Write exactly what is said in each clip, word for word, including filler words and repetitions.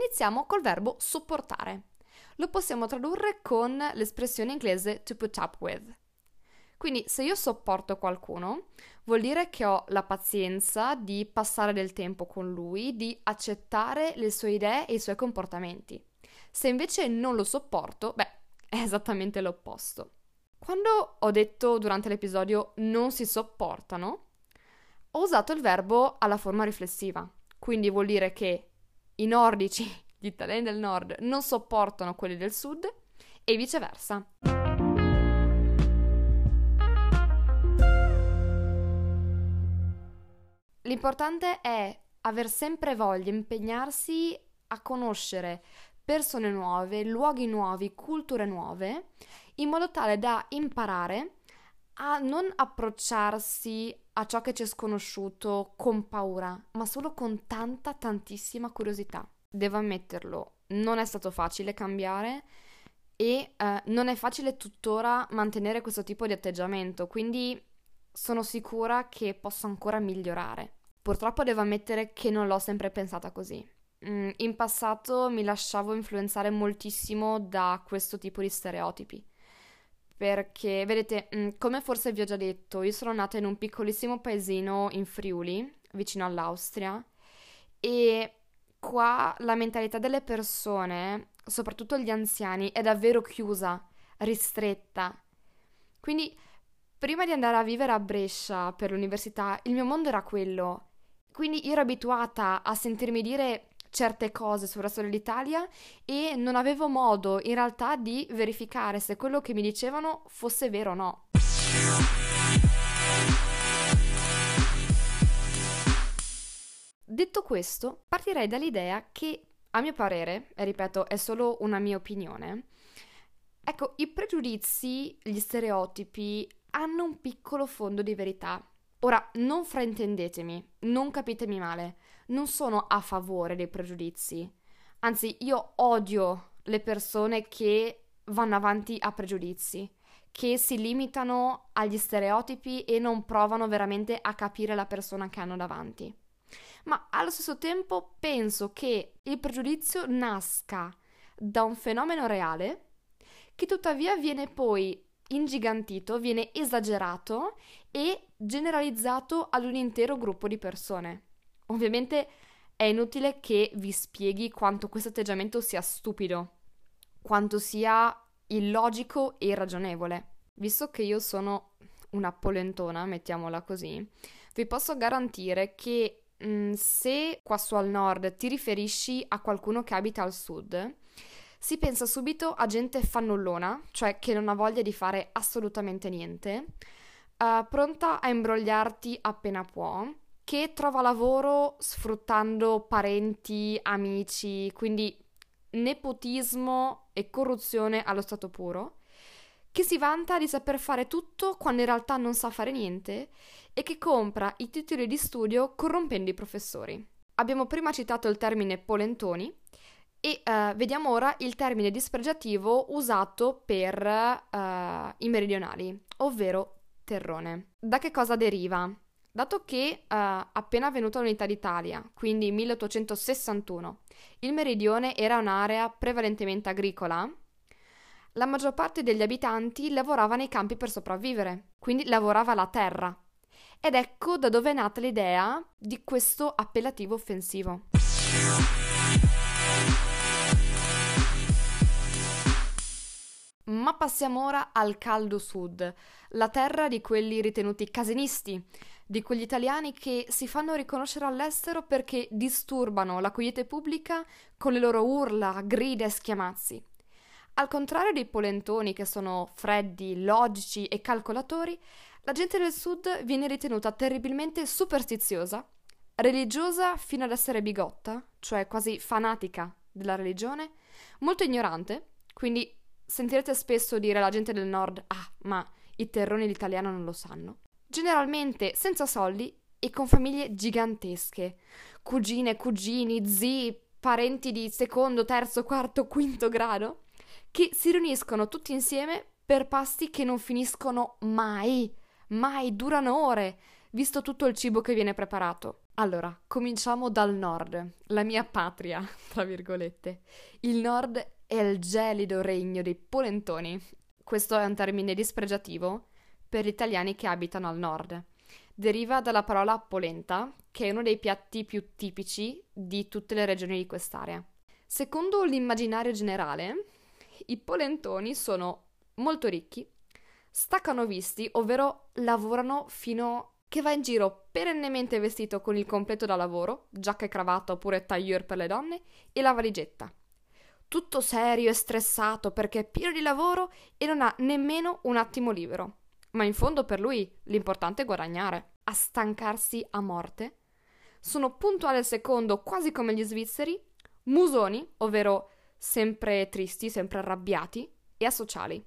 iniziamo col verbo sopportare. Lo possiamo tradurre con l'espressione inglese to put up with. Quindi se io sopporto qualcuno, vuol dire che ho la pazienza di passare del tempo con lui, di accettare le sue idee e i suoi comportamenti. Se invece non lo sopporto, beh, è esattamente l'opposto. Quando ho detto durante l'episodio non si sopportano, ho usato il verbo alla forma riflessiva. Quindi vuol dire che i nordici, gli italiani del nord, non sopportano quelli del sud e viceversa. L'importante è aver sempre voglia, impegnarsi a conoscere persone nuove, luoghi nuovi, culture nuove, in modo tale da imparare a non approcciarsi a ciò che ci è sconosciuto con paura, ma solo con tanta, tantissima curiosità. Devo ammetterlo, non è stato facile cambiare e eh, non è facile tuttora mantenere questo tipo di atteggiamento, quindi sono sicura che posso ancora migliorare. Purtroppo devo ammettere che non l'ho sempre pensata così. Mm, in passato mi lasciavo influenzare moltissimo da questo tipo di stereotipi. Perché, vedete, mm, come forse vi ho già detto, io sono nata in un piccolissimo paesino in Friuli, vicino all'Austria, e qua la mentalità delle persone, soprattutto gli anziani, è davvero chiusa, ristretta. Quindi, prima di andare a vivere a Brescia per l'università, il mio mondo era quello. Quindi io ero abituata a sentirmi dire certe cose sul resto dell'Italia e non avevo modo in realtà di verificare se quello che mi dicevano fosse vero o no. Detto questo, partirei dall'idea che, a mio parere, e ripeto, è solo una mia opinione, ecco, i pregiudizi, gli stereotipi hanno un piccolo fondo di verità. Ora, non fraintendetemi, non capitemi male, non sono a favore dei pregiudizi. Anzi, io odio le persone che vanno avanti a pregiudizi, che si limitano agli stereotipi e non provano veramente a capire la persona che hanno davanti. Ma allo stesso tempo penso che il pregiudizio nasca da un fenomeno reale che tuttavia viene poi ingigantito, viene esagerato e generalizzato ad un intero gruppo di persone. Ovviamente è inutile che vi spieghi quanto questo atteggiamento sia stupido, quanto sia illogico e irragionevole. Visto che io sono una polentona, mettiamola così, vi posso garantire che mh, se qua su al nord ti riferisci a qualcuno che abita al sud, si pensa subito a gente fannullona, cioè che non ha voglia di fare assolutamente niente, uh, pronta a imbrogliarti appena può, che trova lavoro sfruttando parenti, amici, quindi nepotismo e corruzione allo stato puro, che si vanta di saper fare tutto quando in realtà non sa fare niente e che compra i titoli di studio corrompendo i professori. Abbiamo prima citato il termine polentoni, e uh, vediamo ora il termine dispregiativo usato per uh, i meridionali, ovvero terrone. Da che cosa deriva? Dato che uh, appena venuta l'unità d'Italia, quindi milleottocentosessantuno, il meridione era un'area prevalentemente agricola, la maggior parte degli abitanti lavorava nei campi per sopravvivere, quindi lavorava la terra. Ed ecco da dove è nata l'idea di questo appellativo offensivo. Ma passiamo ora al caldo sud, la terra di quelli ritenuti casinisti, di quegli italiani che si fanno riconoscere all'estero perché disturbano la quiete pubblica con le loro urla, grida e schiamazzi. Al contrario dei polentoni che sono freddi, logici e calcolatori, la gente del sud viene ritenuta terribilmente superstiziosa, religiosa fino ad essere bigotta, cioè quasi fanatica della religione, molto ignorante, quindi sentirete spesso dire alla gente del nord «Ah, ma i terroni l'italiano non lo sanno». Generalmente senza soldi e con famiglie gigantesche, cugine, cugini, zii, parenti di secondo, terzo, quarto, quinto grado, che si riuniscono tutti insieme per pasti che non finiscono mai, mai, durano ore, visto tutto il cibo che viene preparato. Allora, cominciamo dal nord, la mia patria, tra virgolette. Il nord è il gelido regno dei polentoni. Questo è un termine dispregiativo per gli italiani che abitano al nord. Deriva dalla parola polenta, che è uno dei piatti più tipici di tutte le regioni di quest'area. Secondo l'immaginario generale, i polentoni sono molto ricchi, staccano visti, ovvero lavorano fino che va in giro perennemente vestito con il completo da lavoro, giacca e cravatta oppure tailleur per le donne, e la valigetta. Tutto serio e stressato perché è pieno di lavoro e non ha nemmeno un attimo libero. Ma in fondo per lui l'importante è guadagnare, a stancarsi a morte. Sono puntuali al secondo, quasi come gli svizzeri, musoni, ovvero sempre tristi, sempre arrabbiati, e asociali.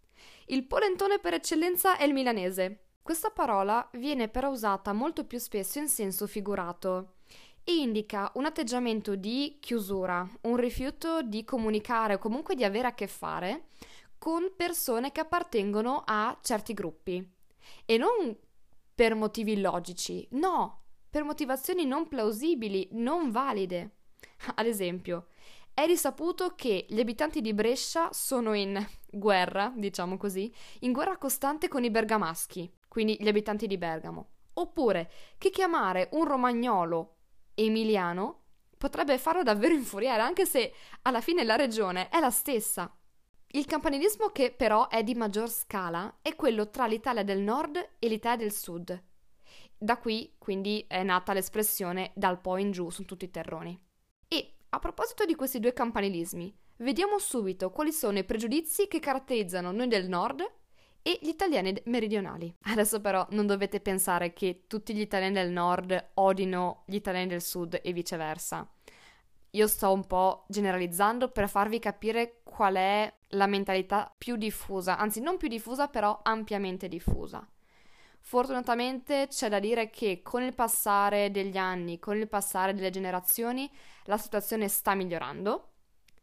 Il polentone per eccellenza è il milanese. Questa parola viene però usata molto più spesso in senso figurato e indica un atteggiamento di chiusura, un rifiuto di comunicare o comunque di avere a che fare con persone che appartengono a certi gruppi. E non per motivi logici, no, per motivazioni non plausibili, non valide. Ad esempio, è risaputo che gli abitanti di Brescia sono in guerra, diciamo così, in guerra costante con i bergamaschi, quindi gli abitanti di Bergamo. Oppure che chiamare un romagnolo emiliano potrebbe farlo davvero infuriare, anche se alla fine la regione è la stessa. Il campanilismo che però è di maggior scala è quello tra l'Italia del Nord e l'Italia del Sud. Da qui, quindi, è nata l'espressione dal Po in giù su tutti i terroni. E a proposito di questi due campanilismi, vediamo subito quali sono i pregiudizi che caratterizzano noi del Nord e gli italiani meridionali. Adesso però non dovete pensare che tutti gli italiani del Nord odino gli italiani del Sud e viceversa. Io sto un po' generalizzando per farvi capire qual è la mentalità più diffusa, anzi non più diffusa, però ampiamente diffusa. Fortunatamente c'è da dire che con il passare degli anni, con il passare delle generazioni, la situazione sta migliorando,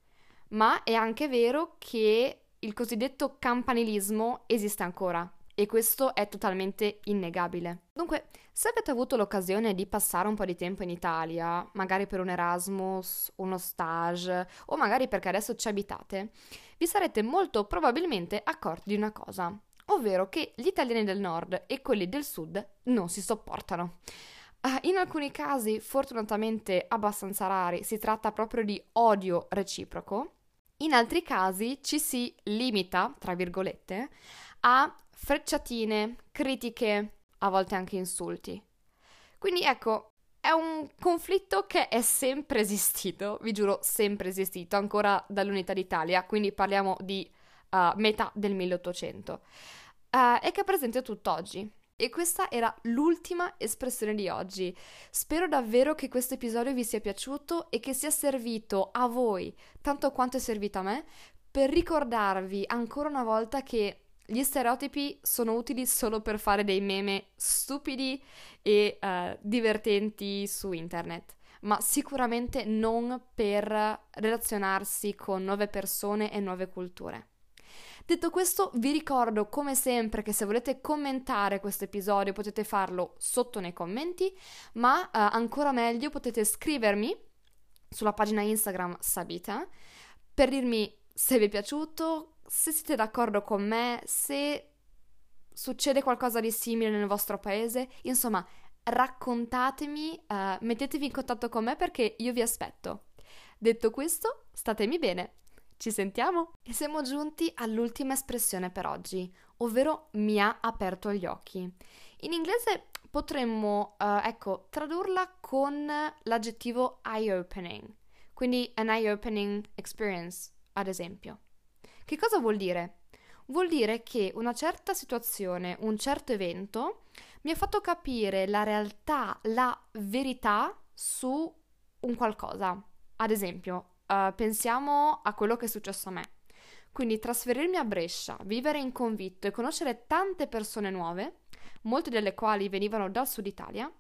ma è anche vero che il cosiddetto campanilismo esiste ancora e questo è totalmente innegabile. Dunque, se avete avuto l'occasione di passare un po' di tempo in Italia, magari per un Erasmus, uno stage o magari perché adesso ci abitate, vi sarete molto probabilmente accorti di una cosa, ovvero che gli italiani del nord e quelli del sud non si sopportano. In alcuni casi, fortunatamente abbastanza rari, si tratta proprio di odio reciproco. In altri casi ci si limita, tra virgolette, a frecciatine, critiche, a volte anche insulti. Quindi ecco, è un conflitto che è sempre esistito, vi giuro, sempre esistito, ancora dall'Unità d'Italia, quindi parliamo di uh, metà del milleottocento, uh, e che è presente tutt'oggi. E questa era l'ultima espressione di oggi. Spero davvero che questo episodio vi sia piaciuto e che sia servito a voi, tanto quanto è servito a me, per ricordarvi ancora una volta che gli stereotipi sono utili solo per fare dei meme stupidi e uh, divertenti su internet, ma sicuramente non per relazionarsi con nuove persone e nuove culture. Detto questo, vi ricordo come sempre che se volete commentare questo episodio potete farlo sotto nei commenti, ma uh, ancora meglio potete scrivermi sulla pagina Instagram Sabita per dirmi se vi è piaciuto, se siete d'accordo con me, se succede qualcosa di simile nel vostro paese, insomma raccontatemi, uh, mettetevi in contatto con me perché io vi aspetto. Detto questo, statemi bene. Ci sentiamo? E siamo giunti all'ultima espressione per oggi, ovvero mi ha aperto gli occhi. In inglese potremmo, uh, ecco, tradurla con l'aggettivo eye-opening, quindi an eye-opening experience, ad esempio. Che cosa vuol dire? Vuol dire che una certa situazione, un certo evento, mi ha fatto capire la realtà, la verità su un qualcosa. Ad esempio, Uh, pensiamo a quello che è successo a me. Quindi trasferirmi a Brescia, vivere in convitto e conoscere tante persone nuove, molte delle quali venivano dal sud Italia,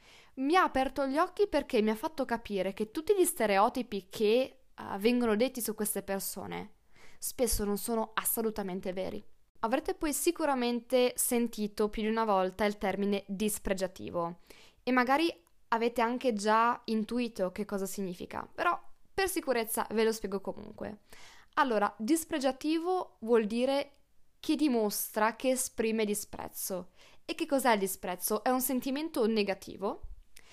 mi ha aperto gli occhi perché mi ha fatto capire che tutti gli stereotipi che uh, vengono detti su queste persone spesso non sono assolutamente veri. Avrete poi sicuramente sentito più di una volta il termine dispregiativo e magari avete anche già intuito che cosa significa, però per sicurezza ve lo spiego comunque. Allora, dispregiativo vuol dire che dimostra, che esprime disprezzo. E che cos'è il disprezzo? È un sentimento negativo.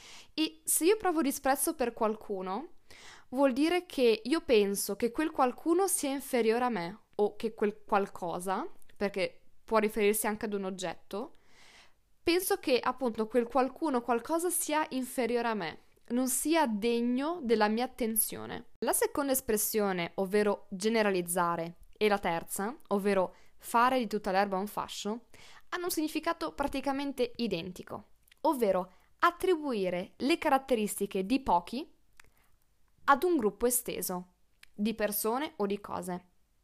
E se io provo disprezzo per qualcuno, vuol dire che io penso che quel qualcuno sia inferiore a me, o che quel qualcosa, perché può riferirsi anche ad un oggetto, penso che appunto quel qualcuno, qualcosa sia inferiore a me, non sia degno della mia attenzione. La seconda espressione, ovvero generalizzare, e la terza, ovvero fare di tutta l'erba un fascio, hanno un significato praticamente identico, ovvero attribuire le caratteristiche di pochi ad un gruppo esteso, di persone o di cose.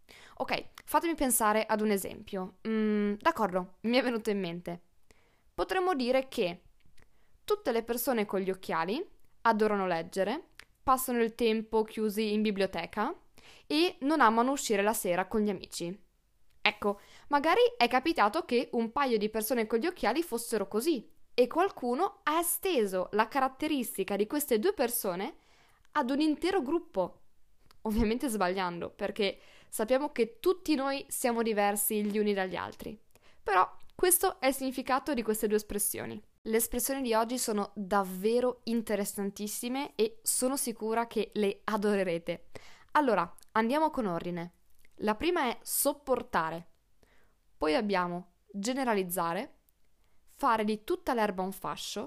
Ok, fatemi pensare ad un esempio. Mm, d'accordo, mi è venuto in mente. Potremmo dire che tutte le persone con gli occhiali adorano leggere, passano il tempo chiusi in biblioteca e non amano uscire la sera con gli amici. Ecco, magari è capitato che un paio di persone con gli occhiali fossero così e qualcuno ha esteso la caratteristica di queste due persone ad un intero gruppo. Ovviamente sbagliando, perché sappiamo che tutti noi siamo diversi gli uni dagli altri. Però questo è il significato di queste due espressioni. Le espressioni di oggi sono davvero interessantissime e sono sicura che le adorerete. Allora, andiamo con ordine. La prima è sopportare, poi abbiamo generalizzare, fare di tutta l'erba un fascio,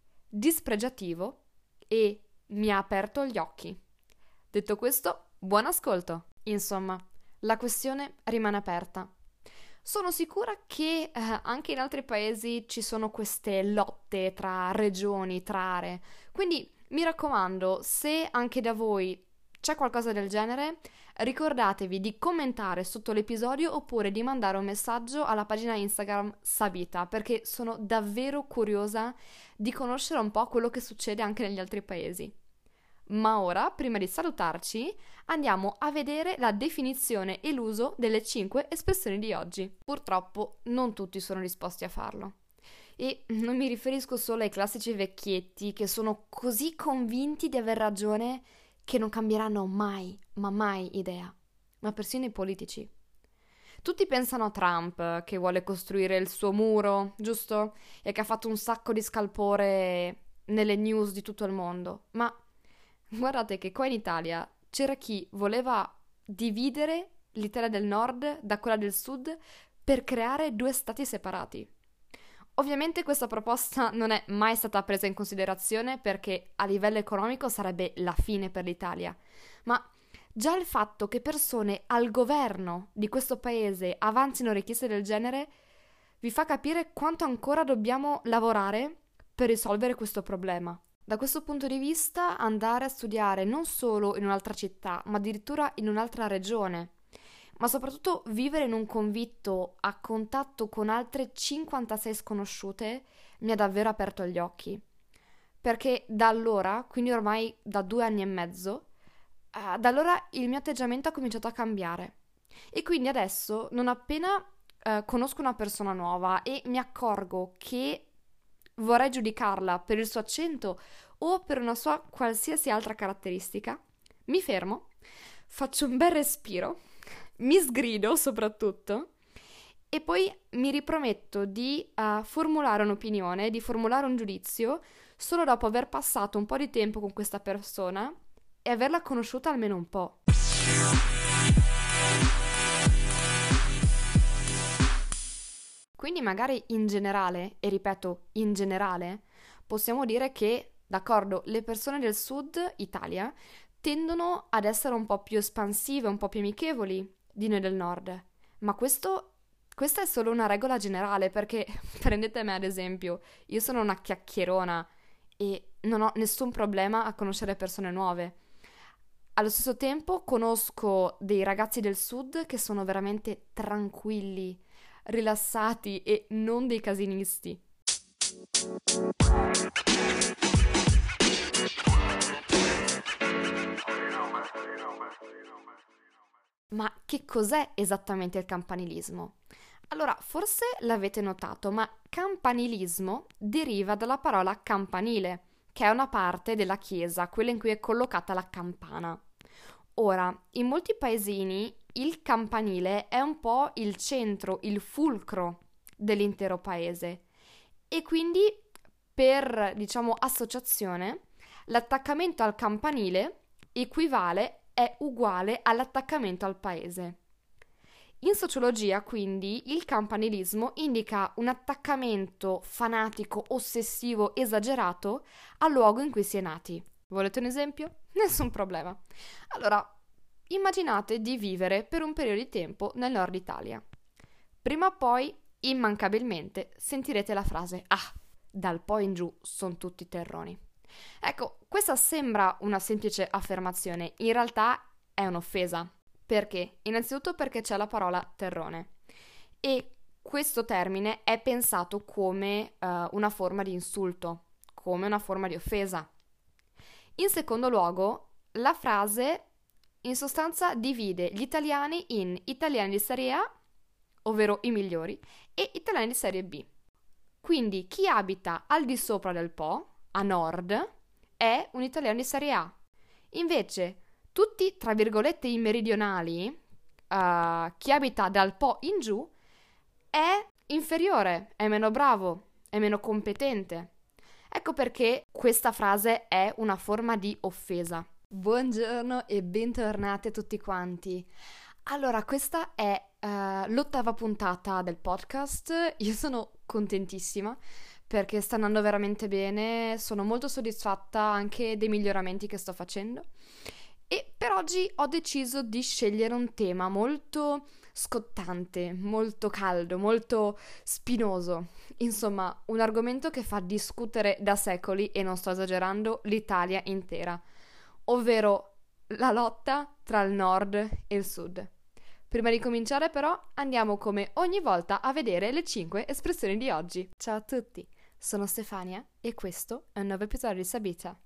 dispregiativo e mi ha aperto gli occhi. Detto questo, buon ascolto! Insomma, la questione rimane aperta. Sono sicura che eh, anche in altri paesi ci sono queste lotte tra regioni, tra aree, quindi mi raccomando, se anche da voi c'è qualcosa del genere, ricordatevi di commentare sotto l'episodio oppure di mandare un messaggio alla pagina Instagram Sabita, perché sono davvero curiosa di conoscere un po' quello che succede anche negli altri paesi. Ma ora, prima di salutarci, andiamo a vedere la definizione e l'uso delle cinque espressioni di oggi. Purtroppo non tutti sono disposti a farlo. E non mi riferisco solo ai classici vecchietti che sono così convinti di aver ragione che non cambieranno mai, ma mai idea, ma persino i politici. Tutti pensano a Trump, che vuole costruire il suo muro, giusto? E che ha fatto un sacco di scalpore nelle news di tutto il mondo. Ma guardate che qua in Italia c'era chi voleva dividere l'Italia del Nord da quella del Sud per creare due stati separati. Ovviamente questa proposta non è mai stata presa in considerazione perché a livello economico sarebbe la fine per l'Italia, ma già il fatto che persone al governo di questo paese avanzino richieste del genere vi fa capire quanto ancora dobbiamo lavorare per risolvere questo problema. Da questo punto di vista, andare a studiare non solo in un'altra città, ma addirittura in un'altra regione, ma soprattutto vivere in un convitto a contatto con altre cinquantasei sconosciute mi ha davvero aperto gli occhi. Perché da allora, quindi ormai da due anni e mezzo, eh, da allora il mio atteggiamento ha cominciato a cambiare. E quindi adesso, non appena eh, conosco una persona nuova e mi accorgo che vorrei giudicarla per il suo accento o per una sua qualsiasi altra caratteristica, mi fermo, faccio un bel respiro, mi sgrido soprattutto e poi mi riprometto di uh, formulare un'opinione, di formulare un giudizio solo dopo aver passato un po' di tempo con questa persona e averla conosciuta almeno un po'. Quindi magari in generale, e ripeto in generale, possiamo dire che, d'accordo, le persone del Sud Italia tendono ad essere un po' più espansive, un po' più amichevoli di noi del Nord, ma questo, questa è solo una regola generale perché, prendete me ad esempio, io sono una chiacchierona e non ho nessun problema a conoscere persone nuove. Allo stesso tempo conosco dei ragazzi del Sud che sono veramente tranquilli, rilassati e non dei casinisti. Ma che cos'è esattamente il campanilismo? Allora, forse l'avete notato, ma campanilismo deriva dalla parola campanile, che è una parte della chiesa, quella in cui è collocata la campana. Ora, in molti paesini il campanile è un po' il centro, il fulcro dell'intero paese e quindi per, diciamo, associazione, l'attaccamento al campanile equivale, è uguale all'attaccamento al paese. In sociologia, quindi, il campanilismo indica un attaccamento fanatico, ossessivo, esagerato al luogo in cui si è nati. Volete un esempio? Nessun problema. Allora, immaginate di vivere per un periodo di tempo nel nord Italia. Prima o poi, immancabilmente, sentirete la frase «Ah, dal Po in giù sono tutti terroni». Ecco, questa sembra una semplice affermazione, in realtà è un'offesa. Perché? Innanzitutto perché c'è la parola terrone e questo termine è pensato come uh, una forma di insulto, come una forma di offesa. In secondo luogo, la frase in sostanza divide gli italiani in italiani di serie A, ovvero i migliori, e italiani di serie B. Quindi chi abita al di sopra del Po, a nord, è un italiano di serie A. Invece, tutti, tra virgolette, i meridionali, uh, chi abita dal Po in giù, è inferiore, è meno bravo, è meno competente. Ecco perché questa frase è una forma di offesa. Buongiorno e bentornati a tutti quanti. Allora, questa è uh, l'ottava puntata del podcast. Io sono contentissima perché sta andando veramente bene, sono molto soddisfatta anche dei miglioramenti che sto facendo. E per oggi ho deciso di scegliere un tema molto scottante, molto caldo, molto spinoso. Insomma, un argomento che fa discutere da secoli, e non sto esagerando, l'Italia intera, ovvero la lotta tra il nord e il sud. Prima di cominciare però andiamo come ogni volta a vedere le cinque espressioni di oggi. Ciao a tutti, sono Stefania e questo è un nuovo episodio di Sabita.